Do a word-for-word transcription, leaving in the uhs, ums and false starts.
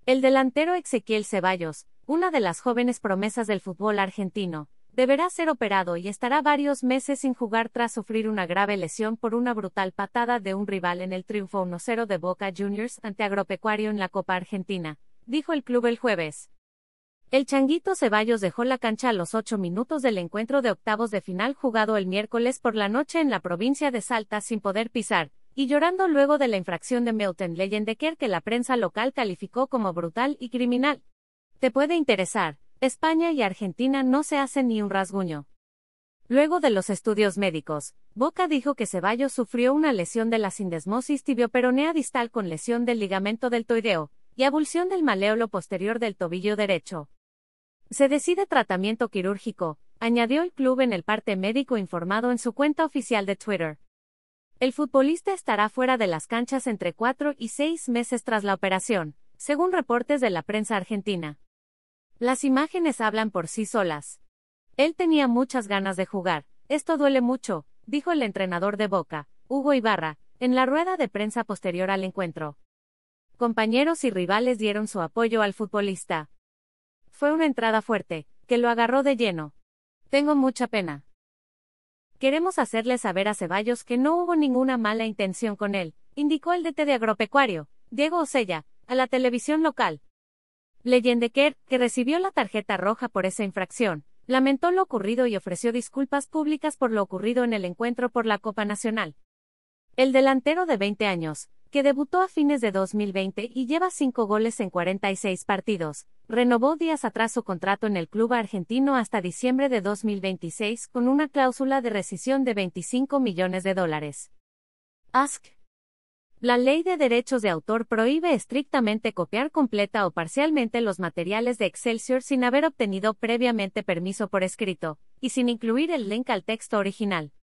El delantero Ezequiel Ceballos, una de las jóvenes promesas del fútbol argentino, deberá ser operado y estará varios meses sin jugar tras sufrir una grave lesión por una brutal patada de un rival en el triunfo uno cero de Boca Juniors ante Agropecuario en la Copa Argentina, dijo el club el jueves. El changuito Ceballos dejó la cancha a los ocho minutos del encuentro de octavos de final jugado el miércoles por la noche en la provincia de Salta sin poder pisar, y llorando luego de la infracción de Milton Leyendecker que la prensa local calificó como brutal y criminal. Te puede interesar, España y Argentina no se hacen ni un rasguño. Luego de los estudios médicos, Boca dijo que Ceballos sufrió una lesión de la sindesmosis tibioperonea distal con lesión del ligamento deltoideo y abulsión del maléolo posterior del tobillo derecho. Se decide tratamiento quirúrgico, añadió el club en el parte médico informado en su cuenta oficial de Twitter. El futbolista estará fuera de las canchas entre cuatro y seis meses tras la operación, según reportes de la prensa argentina. Las imágenes hablan por sí solas. Él tenía muchas ganas de jugar, esto duele mucho, dijo el entrenador de Boca, Hugo Ibarra, en la rueda de prensa posterior al encuentro. Compañeros y rivales dieron su apoyo al futbolista. Fue una entrada fuerte, que lo agarró de lleno. Tengo mucha pena. Queremos hacerle saber a Ceballos que no hubo ninguna mala intención con él, indicó el D T de Agropecuario, Diego Osella, a la televisión local. Leyendecker, que recibió la tarjeta roja por esa infracción, lamentó lo ocurrido y ofreció disculpas públicas por lo ocurrido en el encuentro por la Copa Nacional. El delantero de veinte años, que debutó a fines de dos mil veinte y lleva cinco goles en cuarenta y seis partidos, renovó días atrás su contrato en el club argentino hasta diciembre de dos mil veintiséis con una cláusula de rescisión de veinticinco millones de dólares. Ask. La ley de derechos de autor prohíbe estrictamente copiar completa o parcialmente los materiales de Excelsior sin haber obtenido previamente permiso por escrito, y sin incluir el link al texto original.